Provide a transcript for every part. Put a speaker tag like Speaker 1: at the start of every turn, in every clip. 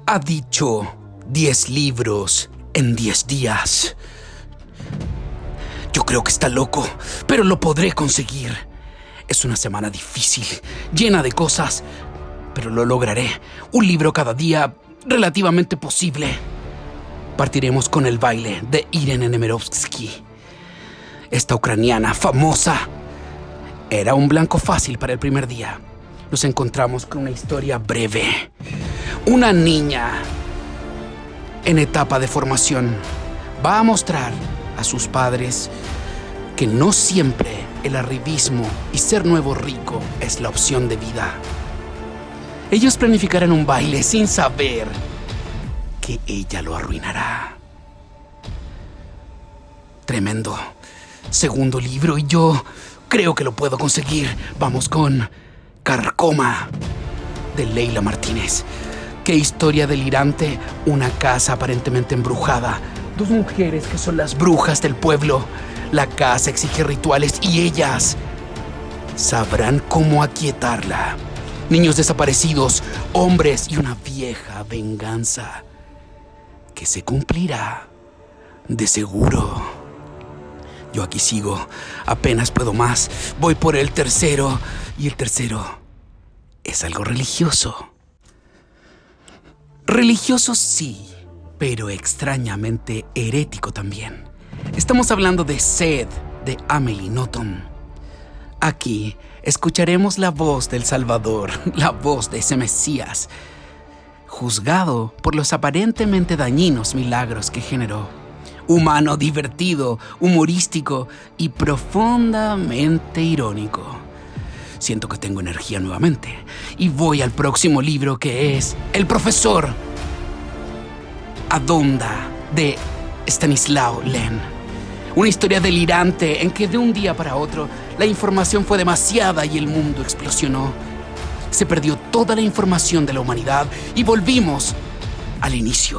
Speaker 1: Ha dicho 10 libros en 10 días. Yo creo que está loco, pero lo podré conseguir. Es una semana difícil, llena de cosas, pero lo lograré. Un libro cada día, relativamente posible. Partiremos con el baile de Irene Nemirovsky. Esta ucraniana famosa era un blanco fácil para el primer día. Nos encontramos con una historia breve. Una niña en etapa de formación va a mostrar a sus padres que no siempre el arribismo y ser nuevo rico es la opción de vida. Ellos planificarán un baile sin saber que ella lo arruinará. Tremendo. Segundo libro y yo creo que lo puedo conseguir. Vamos con Carcoma, de Leila Martínez. Qué historia delirante. Una casa aparentemente embrujada. 2 mujeres que son las brujas del pueblo. La casa exige rituales y ellas sabrán cómo aquietarla. Niños desaparecidos, hombres y una vieja venganza que se cumplirá de seguro. Yo aquí sigo, apenas puedo más. Voy por el tercero y el tercero es algo religioso. Religioso sí, pero extrañamente herético también. Estamos hablando de Sed, de Amélie Nothomb. Aquí escucharemos la voz del Salvador, la voz de ese Mesías, juzgado por los aparentemente dañinos milagros que generó. Humano, divertido, humorístico y profundamente irónico. Siento que tengo energía nuevamente y voy al próximo libro, que es El Profesor Adonda, de Stanislaw Lem. Una historia delirante en que de un día para otro la información fue demasiada y el mundo explosionó. Se perdió toda la información de la humanidad y volvimos al inicio.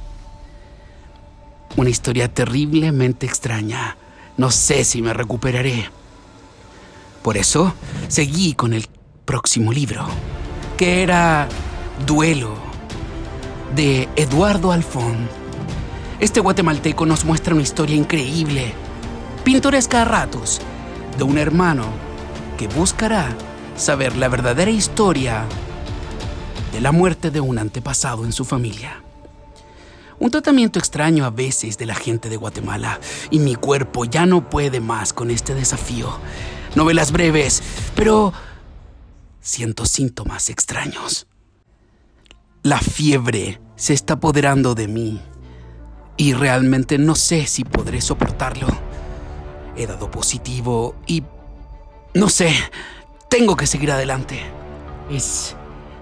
Speaker 1: Una historia terriblemente extraña. No sé si me recuperaré. Por eso seguí con el próximo libro, que era Duelo, de Eduardo Alfond. Este guatemalteco nos muestra una historia increíble, pintoresca a ratos, de un hermano que buscará saber la verdadera historia de la muerte de un antepasado en su familia. Un tratamiento extraño a veces de la gente de Guatemala, y mi cuerpo ya no puede más con este desafío. Novelas breves, pero siento síntomas extraños. La fiebre se está apoderando de mí y realmente no sé si podré soportarlo. He dado positivo y no sé, tengo que seguir adelante. Es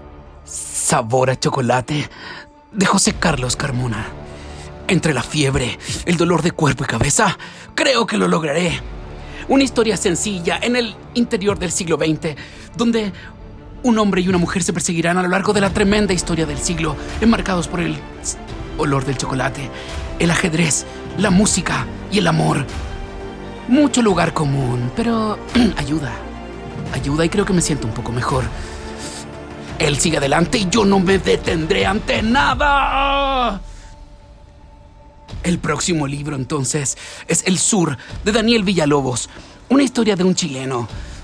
Speaker 1: Sabor a Chocolate, de José Carlos Carmona. Entre la fiebre, el dolor de cuerpo y cabeza, creo que lo lograré. Una historia sencilla en el interior del siglo XX, donde un hombre y una mujer se perseguirán a lo largo de la tremenda historia del siglo, enmarcados por el olor del chocolate, el ajedrez, la música y el amor. Mucho lugar común, pero ayuda y creo que me siento un poco mejor. Él sigue adelante y yo no me detendré ante nada. El próximo libro, entonces, es El Sur, de Daniel Villalobos. Una historia de un chileno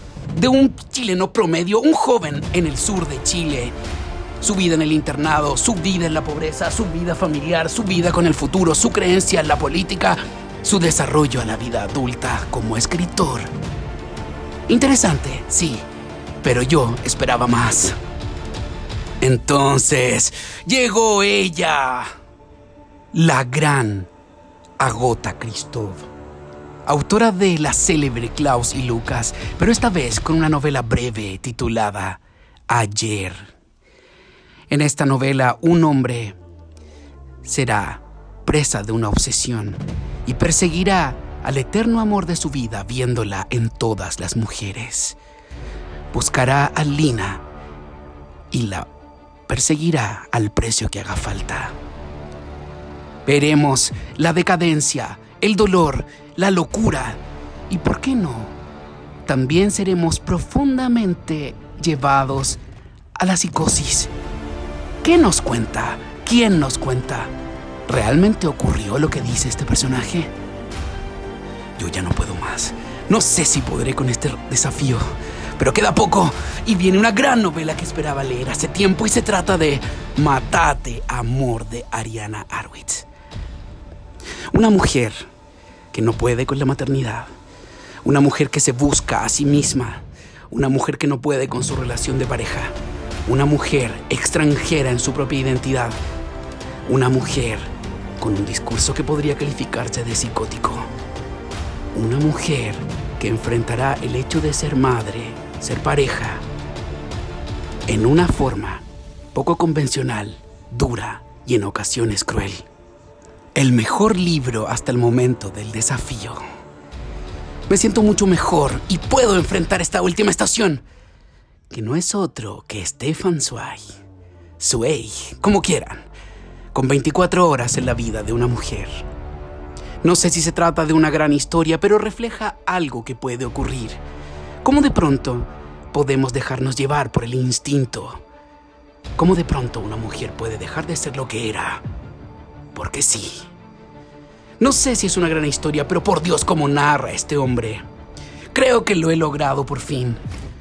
Speaker 1: promedio, un joven en el sur de Chile. Su vida en el internado, su vida en la pobreza, su vida familiar, su vida con el futuro, su creencia en la política, su desarrollo a la vida adulta como escritor. Interesante, sí, pero yo esperaba más. Entonces, llegó ella, la gran Agota Christoph, autora de la célebre Klaus y Lucas, pero esta vez con una novela breve titulada Ayer. En esta novela, un hombre será presa de una obsesión y perseguirá al eterno amor de su vida viéndola en todas las mujeres. Buscará a Lina y la perseguirá al precio que haga falta. Veremos la decadencia, el dolor, la locura y, ¿por qué no?, también seremos profundamente llevados a la psicosis. ¿Qué nos cuenta ¿Quién nos cuenta? ¿Realmente ocurrió lo que dice este personaje? Yo ya no puedo más. No sé si podré con este desafío, pero queda poco y viene una gran novela que esperaba leer hace tiempo y se trata de Mátate, amor, de Ariana Harwitz. Una mujer que no puede con la maternidad, una mujer que se busca a sí misma, una mujer que no puede con su relación de pareja, una mujer extranjera en su propia identidad, una mujer con un discurso que podría calificarse de psicótico, una mujer que enfrentará el hecho de ser madre, ser pareja, en una forma poco convencional, dura y en ocasiones cruel. El mejor libro hasta el momento del desafío. Me siento mucho mejor y puedo enfrentar esta última estación, que no es otro que Stefan Zweig, como quieran, con 24 horas en la vida de una mujer. No sé si se trata de una gran historia, pero refleja algo que puede ocurrir. Cómo de pronto podemos dejarnos llevar por el instinto. Cómo de pronto una mujer puede dejar de ser lo que era. Porque sí. No sé si es una gran historia, pero por Dios, cómo narra este hombre. Creo que lo he logrado por fin.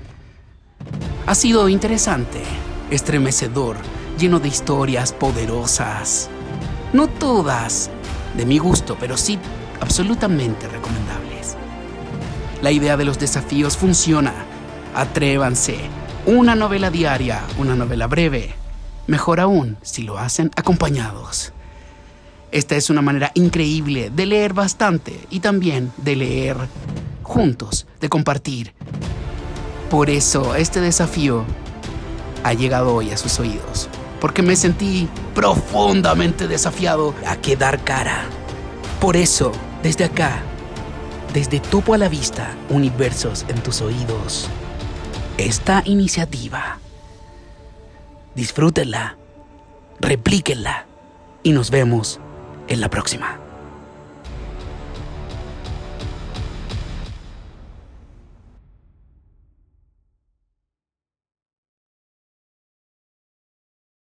Speaker 1: Ha sido interesante, estremecedor, lleno de historias poderosas. No todas de mi gusto, pero sí absolutamente recomendables. La idea de los desafíos funciona. Atrévanse. Una novela diaria, una novela breve. Mejor aún si lo hacen acompañados. Esta es una manera increíble de leer bastante y también de leer juntos, de compartir. Por eso este desafío ha llegado hoy a sus oídos, porque me sentí profundamente desafiado a que dar cara. Por eso, desde acá, desde Topo a la Vista, Universos en tus oídos, esta iniciativa, disfrútenla, replíquenla y nos vemos en la próxima.